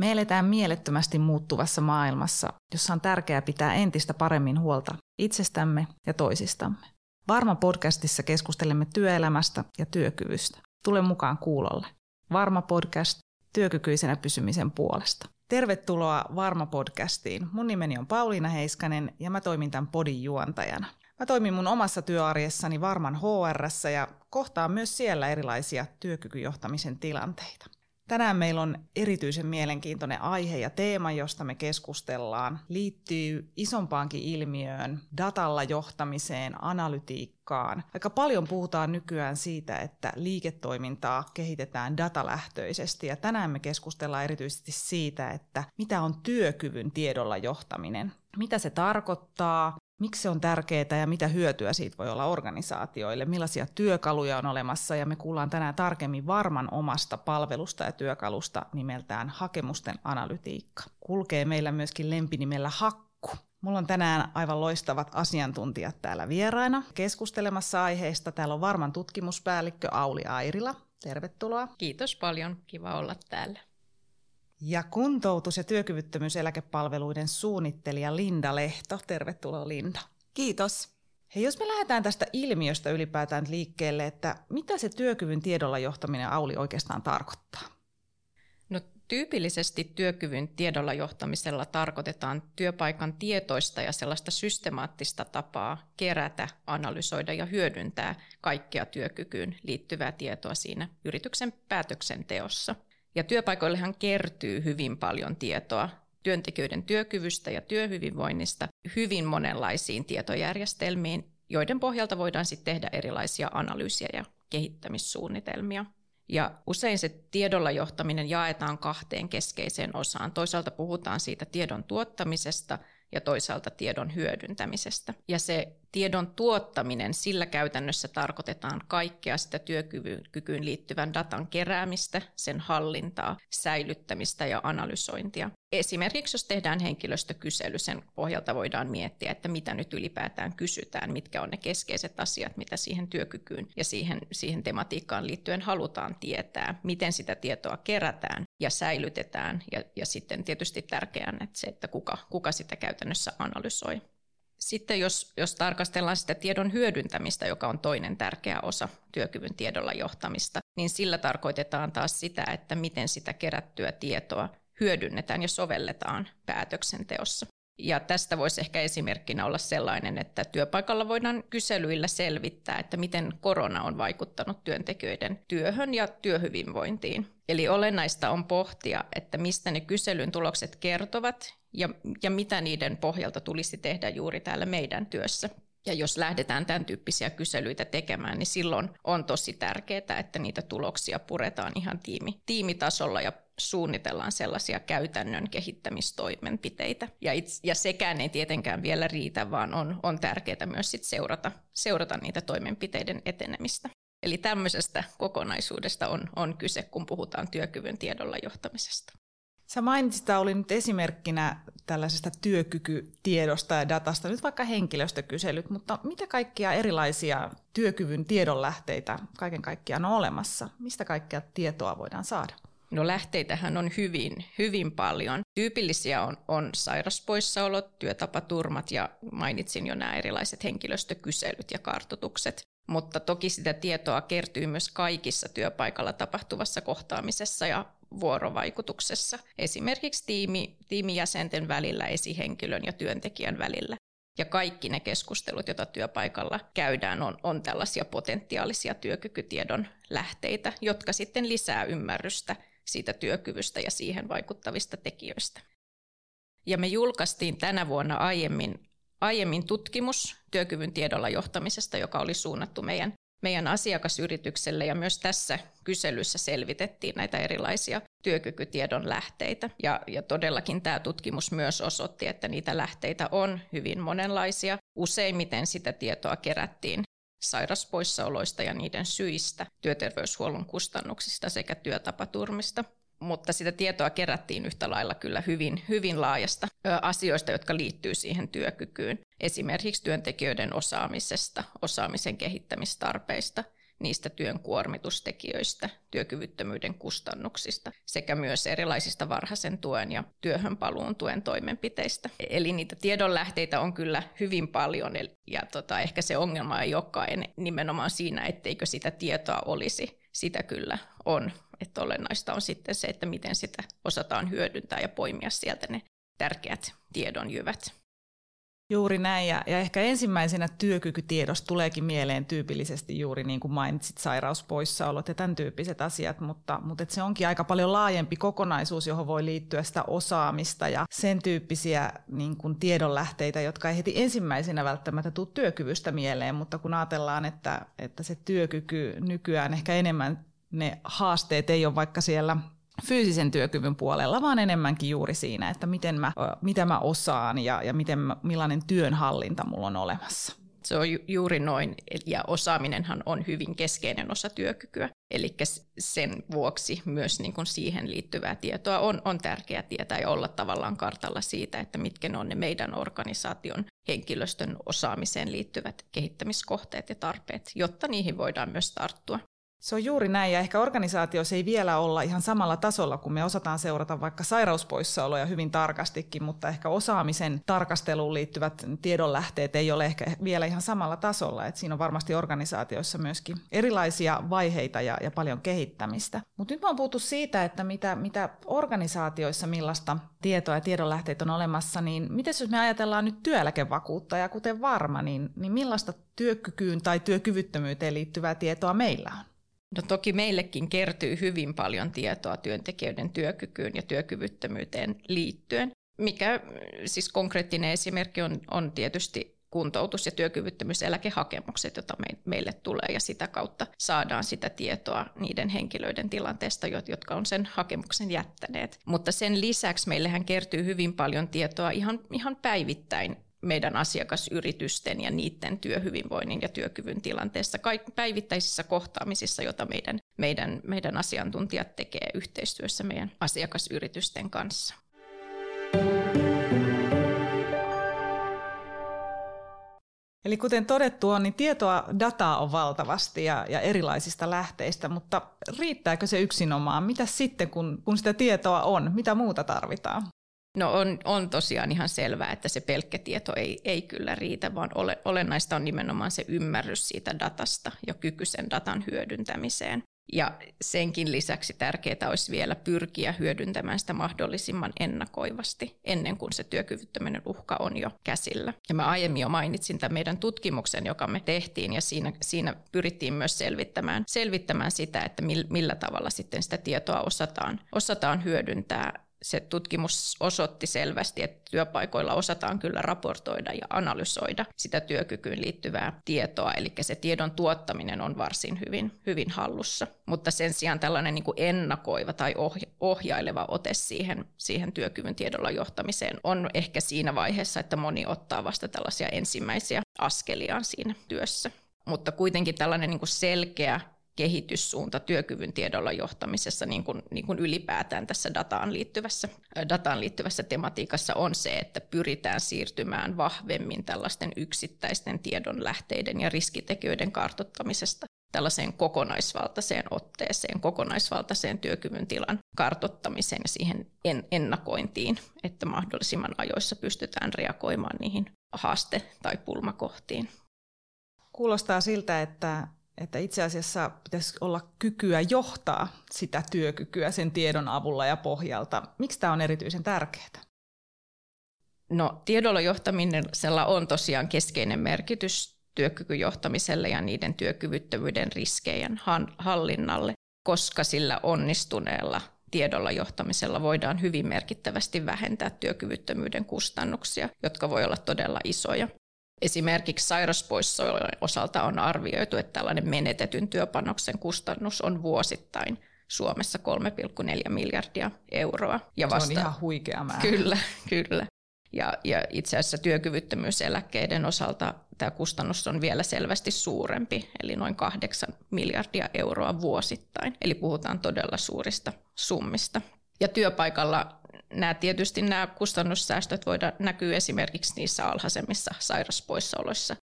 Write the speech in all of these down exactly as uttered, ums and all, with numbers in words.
Me eletään mielettömästi muuttuvassa maailmassa, jossa on tärkeää pitää entistä paremmin huolta itsestämme ja toisistamme. Varma podcastissa keskustelemme työelämästä ja työkyvystä. Tule mukaan kuulolle. Varma podcast työkykyisenä pysymisen puolesta. Tervetuloa Varma podcastiin. Mun nimeni on Pauliina Heiskanen ja mä toimin tämän podin juontajana. Mä toimin mun omassa työarjessani Varman H R:ssä ja kohtaan myös siellä erilaisia työkykyjohtamisen tilanteita. Tänään meillä on erityisen mielenkiintoinen aihe ja teema, josta me keskustellaan. Liittyy isompaankin ilmiöön, datalla johtamiseen, analytiikkaan. Aika paljon puhutaan nykyään siitä, että liiketoimintaa kehitetään datalähtöisesti ja tänään me keskustellaan erityisesti siitä, että mitä on työkyvyn tiedolla johtaminen. Mitä se tarkoittaa? Miksi se on tärkeää ja mitä hyötyä siitä voi olla organisaatioille, millaisia työkaluja on olemassa ja me kuullaan tänään tarkemmin Varman omasta palvelusta ja työkalusta nimeltään hakemusten analytiikka. Kulkee meillä myöskin lempinimellä Hakku. Mulla on tänään aivan loistavat asiantuntijat täällä vieraina keskustelemassa aiheesta. Täällä on Varman tutkimuspäällikkö Auli Airila. Tervetuloa. Kiitos paljon, kiva olla täällä. Ja kuntoutus- ja työkyvyttömyyseläkepalveluiden suunnittelija Linda Lehto. Tervetuloa Linda. Kiitos. Hei, jos me lähdetään tästä ilmiöstä ylipäätään liikkeelle, että mitä se työkyvyn tiedolla johtaminen Auli oikeastaan tarkoittaa? No, tyypillisesti työkyvyn tiedolla johtamisella tarkoitetaan työpaikan tietoista ja sellaista systemaattista tapaa kerätä, analysoida ja hyödyntää kaikkea työkykyyn liittyvää tietoa siinä yrityksen päätöksenteossa. Ja työpaikoillehan kertyy hyvin paljon tietoa työntekijöiden työkyvystä ja työhyvinvoinnista hyvin monenlaisiin tietojärjestelmiin, joiden pohjalta voidaan sitten tehdä erilaisia analyysiä ja kehittämissuunnitelmia. Ja usein se tiedolla johtaminen jaetaan kahteen keskeiseen osaan. Toisaalta puhutaan siitä tiedon tuottamisesta ja toisaalta tiedon hyödyntämisestä. Ja se tiedon tuottaminen, sillä käytännössä tarkoitetaan kaikkea sitä työkykyyn liittyvän datan keräämistä, sen hallintaa, säilyttämistä ja analysointia. Esimerkiksi jos tehdään henkilöstökysely, sen pohjalta voidaan miettiä, että mitä nyt ylipäätään kysytään, mitkä on ne keskeiset asiat, mitä siihen työkykyyn ja siihen, siihen tematiikkaan liittyen halutaan tietää, miten sitä tietoa kerätään ja säilytetään ja, ja sitten tietysti tärkeää että se, että kuka, kuka sitä käytännössä analysoi. Sitten jos, jos tarkastellaan sitä tiedon hyödyntämistä, joka on toinen tärkeä osa työkyvyn tiedolla johtamista, niin sillä tarkoitetaan taas sitä, että miten sitä kerättyä tietoa hyödynnetään ja sovelletaan päätöksenteossa. Ja tästä voisi ehkä esimerkkinä olla sellainen, että työpaikalla voidaan kyselyillä selvittää, että miten korona on vaikuttanut työntekijöiden työhön ja työhyvinvointiin. Eli olennaista on pohtia, että mistä ne kyselyn tulokset kertovat ja, ja mitä niiden pohjalta tulisi tehdä juuri täällä meidän työssä. Ja jos lähdetään tämän tyyppisiä kyselyitä tekemään, niin silloin on tosi tärkeää, että niitä tuloksia puretaan ihan tiimi, tiimitasolla ja suunnitellaan sellaisia käytännön kehittämistoimenpiteitä. Ja, itse, ja sekään ei tietenkään vielä riitä, vaan on, on tärkeää myös sit seurata, seurata niitä toimenpiteiden etenemistä. Eli tämmöisestä kokonaisuudesta on, on kyse, kun puhutaan työkyvyn tiedolla johtamisesta. Sä mainitsit, oli nyt esimerkkinä tällaisesta työkykytiedosta ja datasta, nyt vaikka henkilöstökyselyt, mutta mitä kaikkia erilaisia työkyvyn tiedonlähteitä kaiken kaikkiaan on olemassa? Mistä kaikkea tietoa voidaan saada? No lähteitähän on hyvin, hyvin paljon. Tyypillisiä on, on sairaspoissaolot, työtapaturmat ja mainitsin jo nämä erilaiset henkilöstökyselyt ja kartoitukset. Mutta toki sitä tietoa kertyy myös kaikissa työpaikalla tapahtuvassa kohtaamisessa ja vuorovaikutuksessa. Esimerkiksi tiimi, tiimijäsenten välillä, esihenkilön ja työntekijän välillä. Ja kaikki ne keskustelut, joita työpaikalla käydään, on, on tällaisia potentiaalisia työkykytiedon lähteitä, jotka sitten lisää ymmärrystä siitä työkyvystä ja siihen vaikuttavista tekijöistä. Ja me julkaistiin tänä vuonna aiemmin, aiemmin tutkimus työkyvyn tiedolla johtamisesta, joka oli suunnattu meidän, meidän asiakasyritykselle, ja myös tässä kyselyssä selvitettiin näitä erilaisia työkykytiedon lähteitä. Ja, ja todellakin tämä tutkimus myös osoitti, että niitä lähteitä on hyvin monenlaisia. Useimmiten sitä tietoa kerättiin sairaspoissaoloista ja niiden syistä, työterveyshuollon kustannuksista sekä työtapaturmista. Mutta sitä tietoa kerättiin yhtä lailla kyllä hyvin, hyvin laajasta asioista, jotka liittyy siihen työkykyyn. Esimerkiksi työntekijöiden osaamisesta, osaamisen kehittämistarpeista, niistä työn kuormitustekijöistä, työkyvyttömyyden kustannuksista sekä myös erilaisista varhaisen tuen ja työhön paluun tuen toimenpiteistä. Eli niitä tiedonlähteitä on kyllä hyvin paljon ja tota, ehkä se ongelma ei olekaan nimenomaan siinä, etteikö sitä tietoa olisi. Sitä kyllä on. Että olennaista on sitten se, että miten sitä osataan hyödyntää ja poimia sieltä ne tärkeät tiedonjyvät. Juuri näin, ja, ja ehkä ensimmäisenä työkykytiedosta tuleekin mieleen tyypillisesti juuri niin kuin mainitsit, sairauspoissaolot ja tämän tyyppiset asiat, mutta, mutta et se onkin aika paljon laajempi kokonaisuus, johon voi liittyä sitä osaamista ja sen tyyppisiä niin kuin tiedonlähteitä, jotka ei heti ensimmäisenä välttämättä tule työkyvystä mieleen, mutta kun ajatellaan, että, että se työkyky nykyään ehkä enemmän ne haasteet ei ole vaikka siellä fyysisen työkyvyn puolella, vaan enemmänkin juuri siinä, että miten mä, mitä mä osaan ja, ja miten mä, millainen työnhallinta mulla on olemassa. Se on ju- juuri noin, ja osaaminenhan on hyvin keskeinen osa työkykyä. Eli sen vuoksi myös niin kuin siihen liittyvää tietoa on, on tärkeää tietää ja olla tavallaan kartalla siitä, että mitkä ne on ne meidän organisaation henkilöstön osaamiseen liittyvät kehittämiskohteet ja tarpeet, jotta niihin voidaan myös tarttua. Se on juuri näin, ja ehkä organisaatioissa ei vielä olla ihan samalla tasolla, kun me osataan seurata vaikka sairauspoissaoloja hyvin tarkastikin, mutta ehkä osaamisen tarkasteluun liittyvät tiedonlähteet ei ole ehkä vielä ihan samalla tasolla. Et siinä on varmasti organisaatioissa myöskin erilaisia vaiheita ja, ja paljon kehittämistä. Mutta nyt me on puhuttu siitä, että mitä, mitä organisaatioissa, millaista tietoa ja tiedonlähteitä on olemassa, niin miten jos me ajatellaan nyt työeläkevakuutta ja kuten Varma, niin, niin millaista työkykyyn tai työkyvyttömyyteen liittyvää tietoa meillä on? No toki meillekin kertyy hyvin paljon tietoa työntekijöiden työkykyyn ja työkyvyttömyyteen liittyen, mikä siis konkreettinen esimerkki on, on tietysti kuntoutus- ja työkyvyttömyyseläkehakemukset, joita me, meille tulee, ja sitä kautta saadaan sitä tietoa niiden henkilöiden tilanteesta, jotka on sen hakemuksen jättäneet. Mutta sen lisäksi meillähän kertyy hyvin paljon tietoa ihan, ihan päivittäin meidän asiakasyritysten ja niiden työhyvinvoinnin ja työkyvyn tilanteessa, päivittäisissä kohtaamisissa, joita meidän, meidän, meidän asiantuntijat tekee yhteistyössä meidän asiakasyritysten kanssa. Eli kuten todettu on, niin tietoa, dataa on valtavasti ja, ja erilaisista lähteistä, mutta riittääkö se yksinomaan? Mitä sitten, kun, kun sitä tietoa on? Mitä muuta tarvitaan? No on, on tosiaan ihan selvää, että se pelkkä tieto ei, ei kyllä riitä, vaan ole, olennaista on nimenomaan se ymmärrys siitä datasta ja kyky sen datan hyödyntämiseen. Ja senkin lisäksi tärkeää olisi vielä pyrkiä hyödyntämään sitä mahdollisimman ennakoivasti ennen kuin se työkyvyttömyyden uhka on jo käsillä. Ja mä aiemmin jo mainitsin tämän meidän tutkimuksen, joka me tehtiin, ja siinä, siinä pyrittiin myös selvittämään, selvittämään sitä, että millä tavalla sitten sitä tietoa osataan, osataan hyödyntää. Se tutkimus osoitti selvästi, että työpaikoilla osataan kyllä raportoida ja analysoida sitä työkykyyn liittyvää tietoa, eli se tiedon tuottaminen on varsin hyvin, hyvin hallussa. Mutta sen sijaan tällainen niin kuin ennakoiva tai ohjaileva ote siihen, siihen työkyvyn tiedolla johtamiseen on ehkä siinä vaiheessa, että moni ottaa vasta tällaisia ensimmäisiä askeliaan siinä työssä. Mutta kuitenkin tällainen niin kuin selkeä kehityssuunta työkyvyn tiedolla johtamisessa, niin kuin, niin kuin ylipäätään tässä dataan liittyvässä, dataan liittyvässä tematiikassa on se, että pyritään siirtymään vahvemmin tällaisten yksittäisten tiedonlähteiden ja riskitekijöiden kartoittamisesta tällaiseen kokonaisvaltaiseen otteeseen, kokonaisvaltaiseen työkyvyn tilan kartoittamiseen ja siihen ennakointiin, että mahdollisimman ajoissa pystytään reagoimaan niihin haaste- tai pulmakohtiin. Kuulostaa siltä, että Että itse asiassa pitäisi olla kykyä johtaa sitä työkykyä sen tiedon avulla ja pohjalta. Miksi tämä on erityisen tärkeää? No, tiedolla johtamisella on tosiaan keskeinen merkitys työkykyjohtamiselle ja niiden työkyvyttömyyden riskejen hallinnalle, koska sillä onnistuneella tiedolla johtamisella voidaan hyvin merkittävästi vähentää työkyvyttömyyden kustannuksia, jotka voi olla todella isoja. Esimerkiksi sairauspoissaolojen osalta on arvioitu, että tällainen menetetyn työpanoksen kustannus on vuosittain Suomessa kolme pilkku neljä miljardia euroa. Ja vasta, se on ihan huikea määrä. Kyllä, kyllä. Ja, ja itse asiassa työkyvyttömyyseläkkeiden osalta tämä kustannus on vielä selvästi suurempi, eli noin kahdeksan miljardia euroa vuosittain. Eli puhutaan todella suurista summista. Ja työpaikalla nämä, tietysti nämä kustannussäästöt voidaan näkyä esimerkiksi niissä alhaisemmissa sairauspoissaoloissa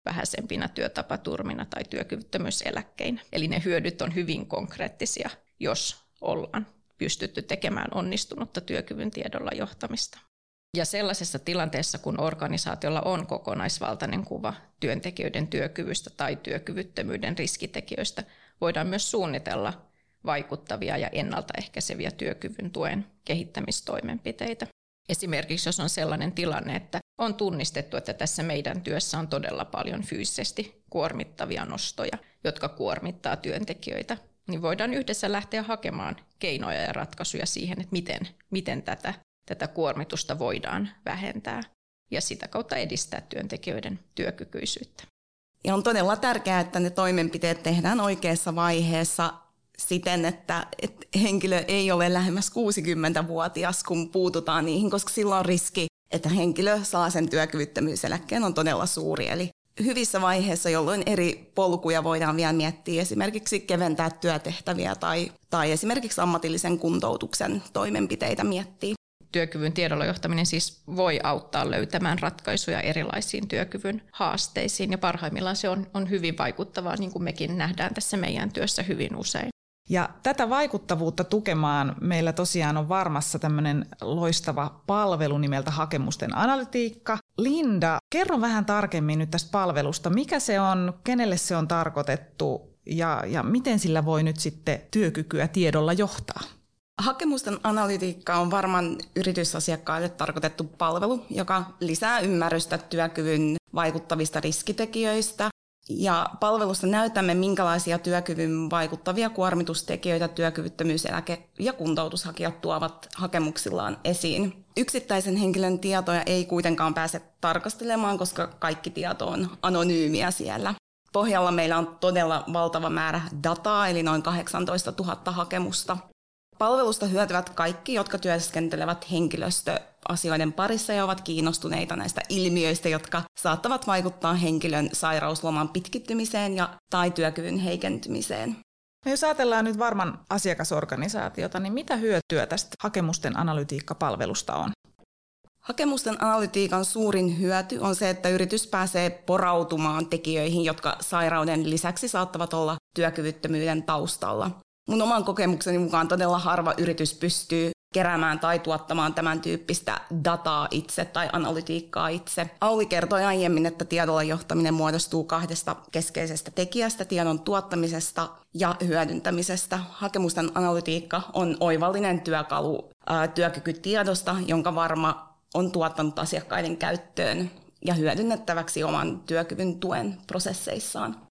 vähäisempinä työtapaturmina tai työkyvyttömyyseläkkeinä. Eli ne hyödyt on hyvin konkreettisia, jos ollaan pystytty tekemään onnistunutta työkyvyn tiedolla johtamista. Ja sellaisessa tilanteessa, kun organisaatiolla on kokonaisvaltainen kuva työntekijöiden työkyvystä tai työkyvyttömyyden riskitekijöistä, voidaan myös suunnitella vaikuttavia ja ennaltaehkäiseviä työkyvyn tuen kehittämistoimenpiteitä. Esimerkiksi jos on sellainen tilanne, että on tunnistettu, että tässä meidän työssä on todella paljon fyysisesti kuormittavia nostoja, jotka kuormittaa työntekijöitä, niin voidaan yhdessä lähteä hakemaan keinoja ja ratkaisuja siihen, että miten, miten tätä, tätä kuormitusta voidaan vähentää ja sitä kautta edistää työntekijöiden työkykyisyyttä. Ja on todella tärkeää, että ne toimenpiteet tehdään oikeassa vaiheessa siten, että, että henkilö ei ole lähemmäs kuusikymmentävuotias, kun puututaan niihin, koska silloin riski, että henkilö saa sen työkyvyttömyyseläkkeen, on todella suuri. Eli hyvissä vaiheissa, jolloin eri polkuja voidaan vielä miettiä, esimerkiksi keventää työtehtäviä tai, tai esimerkiksi ammatillisen kuntoutuksen toimenpiteitä miettiä. Työkyvyn tiedolla johtaminen siis voi auttaa löytämään ratkaisuja erilaisiin työkyvyn haasteisiin, ja parhaimmillaan se on, on hyvin vaikuttavaa, niin kuin mekin nähdään tässä meidän työssä hyvin usein. Ja tätä vaikuttavuutta tukemaan meillä tosiaan on Varmassa tämmöinen loistava palvelu nimeltä Hakemusten analytiikka. Linda, kerro vähän tarkemmin nyt tästä palvelusta. Mikä se on, kenelle se on tarkoitettu ja, ja miten sillä voi nyt sitten työkykyä tiedolla johtaa? Hakemusten analytiikka on Varman yritysasiakkaille tarkoitettu palvelu, joka lisää ymmärrystä työkyvyn vaikuttavista riskitekijöistä. Ja palvelussa näytämme, minkälaisia työkyvyn vaikuttavia kuormitustekijöitä työkyvyttömyyseläke- ja kuntoutushakijat tuovat hakemuksillaan esiin. Yksittäisen henkilön tietoja ei kuitenkaan pääse tarkastelemaan, koska kaikki tieto on anonyymiä siellä. Pohjalla meillä on todella valtava määrä dataa, eli noin kahdeksantoistatuhatta hakemusta. Palvelusta hyötyvät kaikki, jotka työskentelevät henkilöstöasioiden parissa ja ovat kiinnostuneita näistä ilmiöistä, jotka saattavat vaikuttaa henkilön sairausloman pitkittymiseen ja tai työkyvyn heikentymiseen. No jos ajatellaan nyt Varman asiakasorganisaatiota, niin mitä hyötyä tästä hakemusten analytiikkapalvelusta on? Hakemusten analytiikan suurin hyöty on se, että yritys pääsee porautumaan tekijöihin, jotka sairauden lisäksi saattavat olla työkyvyttömyyden taustalla. Mun oman kokemukseni mukaan todella harva yritys pystyy keräämään tai tuottamaan tämän tyyppistä dataa itse tai analytiikkaa itse. Auli kertoi aiemmin, että tiedolla johtaminen muodostuu kahdesta keskeisestä tekijästä, tiedon tuottamisesta ja hyödyntämisestä. Hakemusten analytiikka on oivallinen työkalu ää, työkykytiedosta, jonka Varma on tuottanut asiakkaiden käyttöön ja hyödynnettäväksi oman työkyvyn tuen prosesseissaan.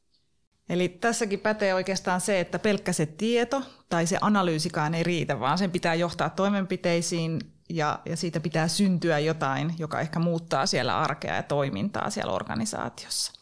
Eli tässäkin pätee oikeastaan se, että pelkkä se tieto tai se analyysikaan ei riitä, vaan sen pitää johtaa toimenpiteisiin ja, ja siitä pitää syntyä jotain, joka ehkä muuttaa siellä arkea ja toimintaa siellä organisaatiossa.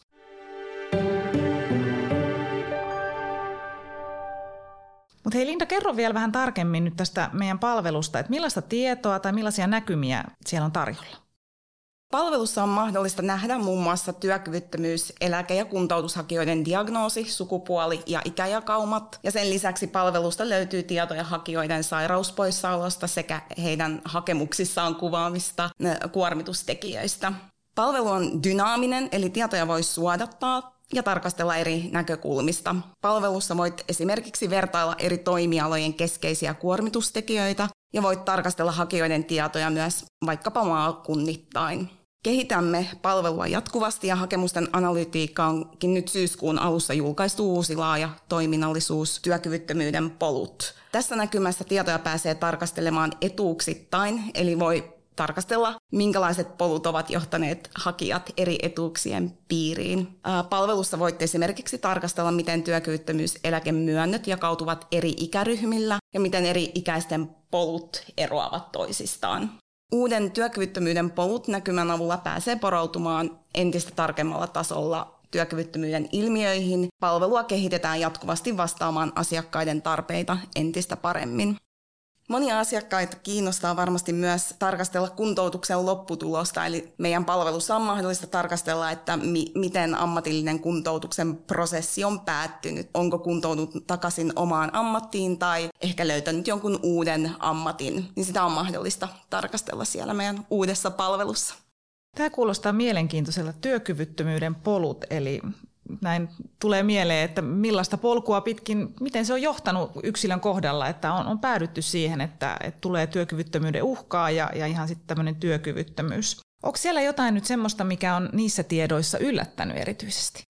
Mutta hei Linda, kerro vielä vähän tarkemmin nyt tästä meidän palvelusta, että millaista tietoa tai millaisia näkymiä siellä on tarjolla? Palvelussa on mahdollista nähdä muun muassa työkyvyttömyys, eläke- ja kuntoutushakijoiden diagnoosi, sukupuoli- ja ikäjakaumat. Ja sen lisäksi palvelusta löytyy tietoja hakijoiden sairauspoissaolosta sekä heidän hakemuksissaan kuvaamista kuormitustekijöistä. Palvelu on dynaaminen, eli tietoja voi suodattaa ja tarkastella eri näkökulmista. Palvelussa voit esimerkiksi vertailla eri toimialojen keskeisiä kuormitustekijöitä ja voit tarkastella hakijoiden tietoja myös vaikkapa maakunnittain. Kehitämme palvelua jatkuvasti ja hakemusten analytiikka onkin nyt syyskuun alussa julkaistu uusi laaja toiminnallisuus työkyvyttömyyden polut. Tässä näkymässä tietoja pääsee tarkastelemaan etuuksittain, eli voi tarkastella, minkälaiset polut ovat johtaneet hakijat eri etuuksien piiriin. Palvelussa voitte esimerkiksi tarkastella, miten työkyvyttömyyseläkemyynnöt jakautuvat eri ikäryhmillä ja miten eri ikäisten polut eroavat toisistaan. Uuden työkyvyttömyyden polut näkymän avulla pääsee porautumaan entistä tarkemmalla tasolla työkyvyttömyyden ilmiöihin. Palvelua kehitetään jatkuvasti vastaamaan asiakkaiden tarpeita entistä paremmin. Monia asiakkaita kiinnostaa varmasti myös tarkastella kuntoutuksen lopputulosta, eli meidän palvelussa on mahdollista tarkastella, että mi- miten ammatillinen kuntoutuksen prosessi on päättynyt. Onko kuntoutunut takaisin omaan ammattiin tai ehkä löytänyt jonkun uuden ammatin, niin sitä on mahdollista tarkastella siellä meidän uudessa palvelussa. Tämä kuulostaa mielenkiintoisella työkyvyttömyyden polut, eli näin tulee mieleen, että millaista polkua pitkin, miten se on johtanut yksilön kohdalla, että on, on päädytty siihen, että, että tulee työkyvyttömyyden uhkaa ja, ja ihan sitten tämmöinen työkyvyttömyys. Onko siellä jotain nyt semmoista, mikä on niissä tiedoissa yllättänyt erityisesti?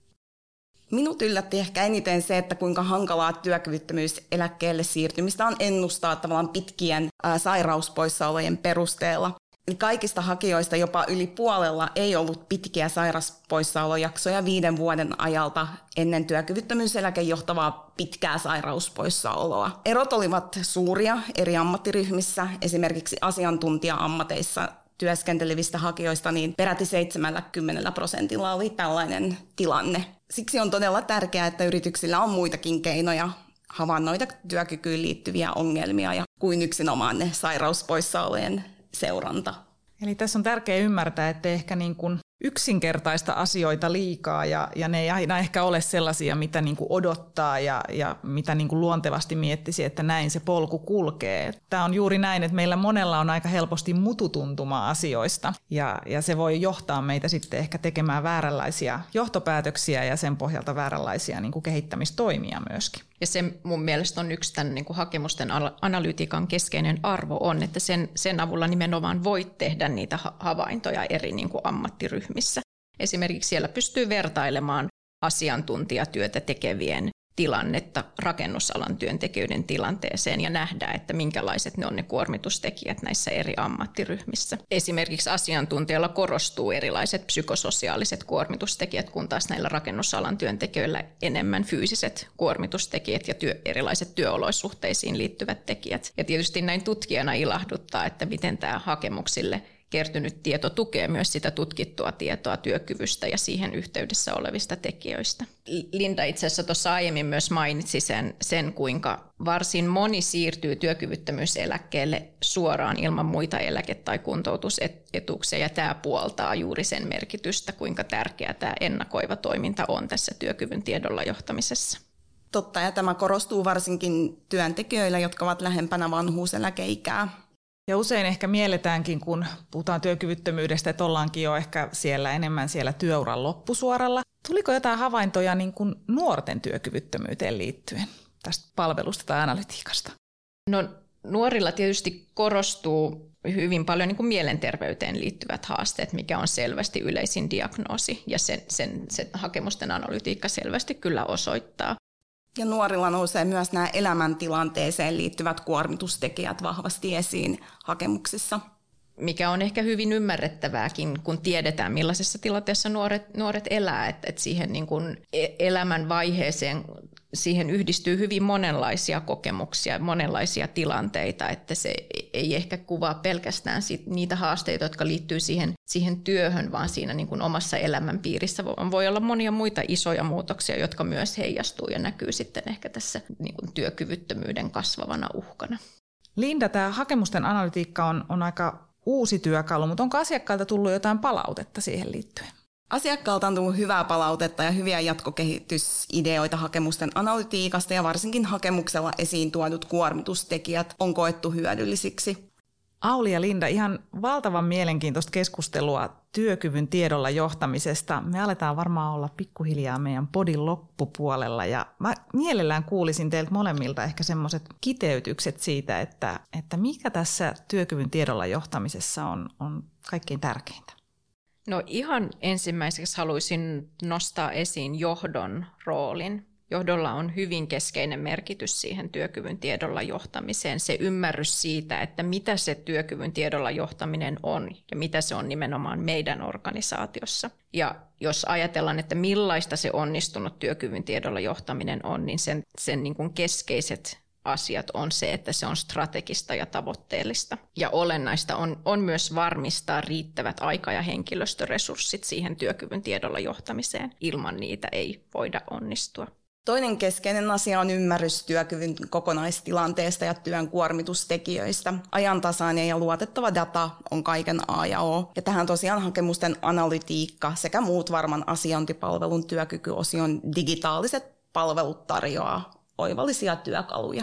Minut yllätti ehkä eniten se, että kuinka hankalaa työkyvyttömyyseläkkeelle siirtymistä on ennustaa tavallaan pitkien ää, sairauspoissaolojen perusteella. Eli kaikista hakijoista jopa yli puolella ei ollut pitkiä sairauspoissaolojaksoja viiden vuoden ajalta ennen työkyvyttömyyseläke johtavaa pitkää sairauspoissaoloa. Erot olivat suuria eri ammattiryhmissä, esimerkiksi asiantuntija-ammateissa työskentelevistä hakijoista, niin peräti seitsemänkymmentä prosentilla oli tällainen tilanne. Siksi on todella tärkeää, että yrityksillä on muitakin keinoja havainnoida työkykyyn liittyviä ongelmia ja kuin yksinomaan ne sairauspoissaolojen seuranta. Eli tässä on tärkeää ymmärtää, että ehkä niin kuin yksinkertaista asioita liikaa ja, ja ne ei aina ehkä ole sellaisia, mitä niin kuin odottaa ja, ja mitä niin kuin luontevasti miettisi, että näin se polku kulkee. Tämä on juuri näin, että meillä monella on aika helposti mututuntuma asioista ja, ja se voi johtaa meitä sitten ehkä tekemään vääränlaisia johtopäätöksiä ja sen pohjalta vääränlaisia niin kuin kehittämistoimia myöskin. Ja se mun mielestä on yksi tämän niin kuin hakemusten analytiikan keskeinen arvo on, että sen, sen avulla nimenomaan voit tehdä niitä havaintoja eri niin kuin ammattiryhmissä. Esimerkiksi siellä pystyy vertailemaan asiantuntijatyötä tekevien tilannetta rakennusalan työntekijöiden tilanteeseen ja nähdä, että minkälaiset ne on ne kuormitustekijät näissä eri ammattiryhmissä. Esimerkiksi asiantuntijalla korostuu erilaiset psykososiaaliset kuormitustekijät, kun taas näillä rakennusalan työntekijöillä enemmän fyysiset kuormitustekijät ja työ, erilaiset työolosuhteisiin liittyvät tekijät. Ja tietysti näin tutkijana ilahduttaa, että miten tämä hakemuksille kertynyt tieto tukee myös sitä tutkittua tietoa työkyvystä ja siihen yhteydessä olevista tekijöistä. Linda itse asiassa tuossa aiemmin myös mainitsi sen, sen, kuinka varsin moni siirtyy työkyvyttömyyseläkkeelle suoraan ilman muita eläke- tai kuntoutusetuuksia, ja tämä puoltaa juuri sen merkitystä, kuinka tärkeää tämä ennakoiva toiminta on tässä työkyvyn tiedolla johtamisessa. Totta, ja tämä korostuu varsinkin työntekijöillä, jotka ovat lähempänä vanhuuseläkeikää. Ja usein ehkä mielletäänkin, kun puhutaan työkyvyttömyydestä, että ollaankin jo ehkä siellä enemmän siellä työuran loppusuoralla. Tuliko jotain havaintoja niin kuin nuorten työkyvyttömyyteen liittyen tästä palvelusta tai analytiikasta? No nuorilla tietysti korostuu hyvin paljon niin kuin mielenterveyteen liittyvät haasteet, mikä on selvästi yleisin diagnoosi, ja sen, sen, sen hakemusten analytiikka selvästi kyllä osoittaa. Ja nuorilla nousee myös nämä elämäntilanteeseen liittyvät kuormitustekijät vahvasti esiin hakemuksissa. Mikä on ehkä hyvin ymmärrettävääkin, kun tiedetään millaisessa tilanteessa nuoret, nuoret elää, että, että siihen niin kuin elämän vaiheeseen siihen yhdistyy hyvin monenlaisia kokemuksia, monenlaisia tilanteita, että se ei ehkä kuvaa pelkästään niitä haasteita, jotka liittyy siihen, siihen työhön, vaan siinä niin kuin omassa elämänpiirissä voi olla monia muita isoja muutoksia, jotka myös heijastuu ja näkyy sitten ehkä tässä niin kuin työkyvyttömyyden kasvavana uhkana. Linda, tämä hakemusten analytiikka on, on aika uusi työkalu, mutta onko asiakkailta tullut jotain palautetta siihen liittyen? Asiakkaalta on tullut hyvää palautetta ja hyviä jatkokehitysideoita hakemusten analytiikasta, ja varsinkin hakemuksella esiin tuodut kuormitustekijät on koettu hyödyllisiksi. Auli ja Linda, ihan valtavan mielenkiintoista keskustelua työkyvyn tiedolla johtamisesta. Me aletaan varmaan olla pikkuhiljaa meidän podin loppupuolella, ja mä mielellään kuulisin teiltä molemmilta ehkä semmoiset kiteytykset siitä, että, että mikä tässä työkyvyn tiedolla johtamisessa on, on kaikkein tärkeintä. No ihan ensimmäiseksi haluaisin nostaa esiin johdon roolin. Johdolla on hyvin keskeinen merkitys siihen työkyvyn tiedolla johtamiseen. Se ymmärrys siitä, että mitä se työkyvyn tiedolla johtaminen on ja mitä se on nimenomaan meidän organisaatiossa. Ja jos ajatellaan, että millaista se onnistunut työkyvyn tiedolla johtaminen on, niin sen, sen niin kuin keskeiset asiat on se, että se on strategista ja tavoitteellista. Ja olennaista on, on myös varmistaa riittävät aika- ja henkilöstöresurssit siihen työkyvyn tiedolla johtamiseen. Ilman niitä ei voida onnistua. Toinen keskeinen asia on ymmärrys työkyvyn kokonaistilanteesta ja työn kuormitustekijöistä. Ajantasainen ja luotettava data on kaiken A ja O. Ja tähän tosiaan hakemusten analytiikka sekä muut varman asiointipalvelun työkykyosion digitaaliset palvelut tarjoaa oivallisia työkaluja.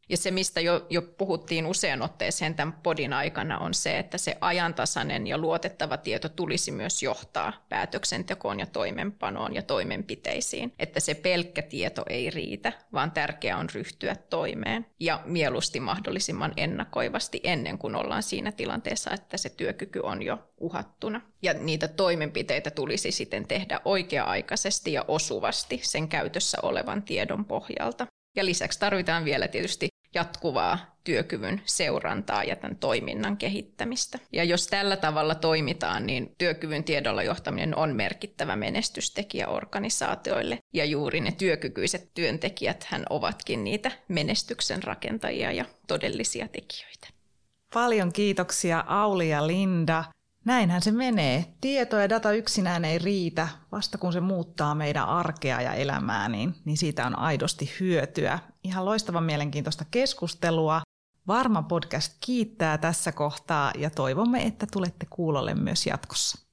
Ja se, mistä jo, jo puhuttiin usean otteeseen tämän podin aikana, on se, että se ajantasainen ja luotettava tieto tulisi myös johtaa päätöksentekoon ja toimenpanoon ja toimenpiteisiin. Että se pelkkä tieto ei riitä, vaan tärkeää on ryhtyä toimeen ja mieluusti mahdollisimman ennakoivasti ennen kuin ollaan siinä tilanteessa, että se työkyky on jo uhattuna. Ja niitä toimenpiteitä tulisi sitten tehdä oikea-aikaisesti ja osuvasti sen käytössä olevan tiedon pohjalta. Ja lisäksi tarvitaan vielä tietysti jatkuvaa työkyvyn seurantaa ja tämän toiminnan kehittämistä. Ja jos tällä tavalla toimitaan, niin työkyvyn tiedolla johtaminen on merkittävä menestystekijä organisaatioille. Ja juuri ne työkykyiset työntekijät hän ovatkin niitä menestyksen rakentajia ja todellisia tekijöitä. Paljon kiitoksia Auli ja Linda. Näinhän se menee. Tieto ja data yksinään ei riitä. Vasta kun se muuttaa meidän arkea ja elämää, niin, niin siitä on aidosti hyötyä. Ihan loistavan mielenkiintoista keskustelua. Varma podcast kiittää tässä kohtaa ja toivomme, että tulette kuulolle myös jatkossa.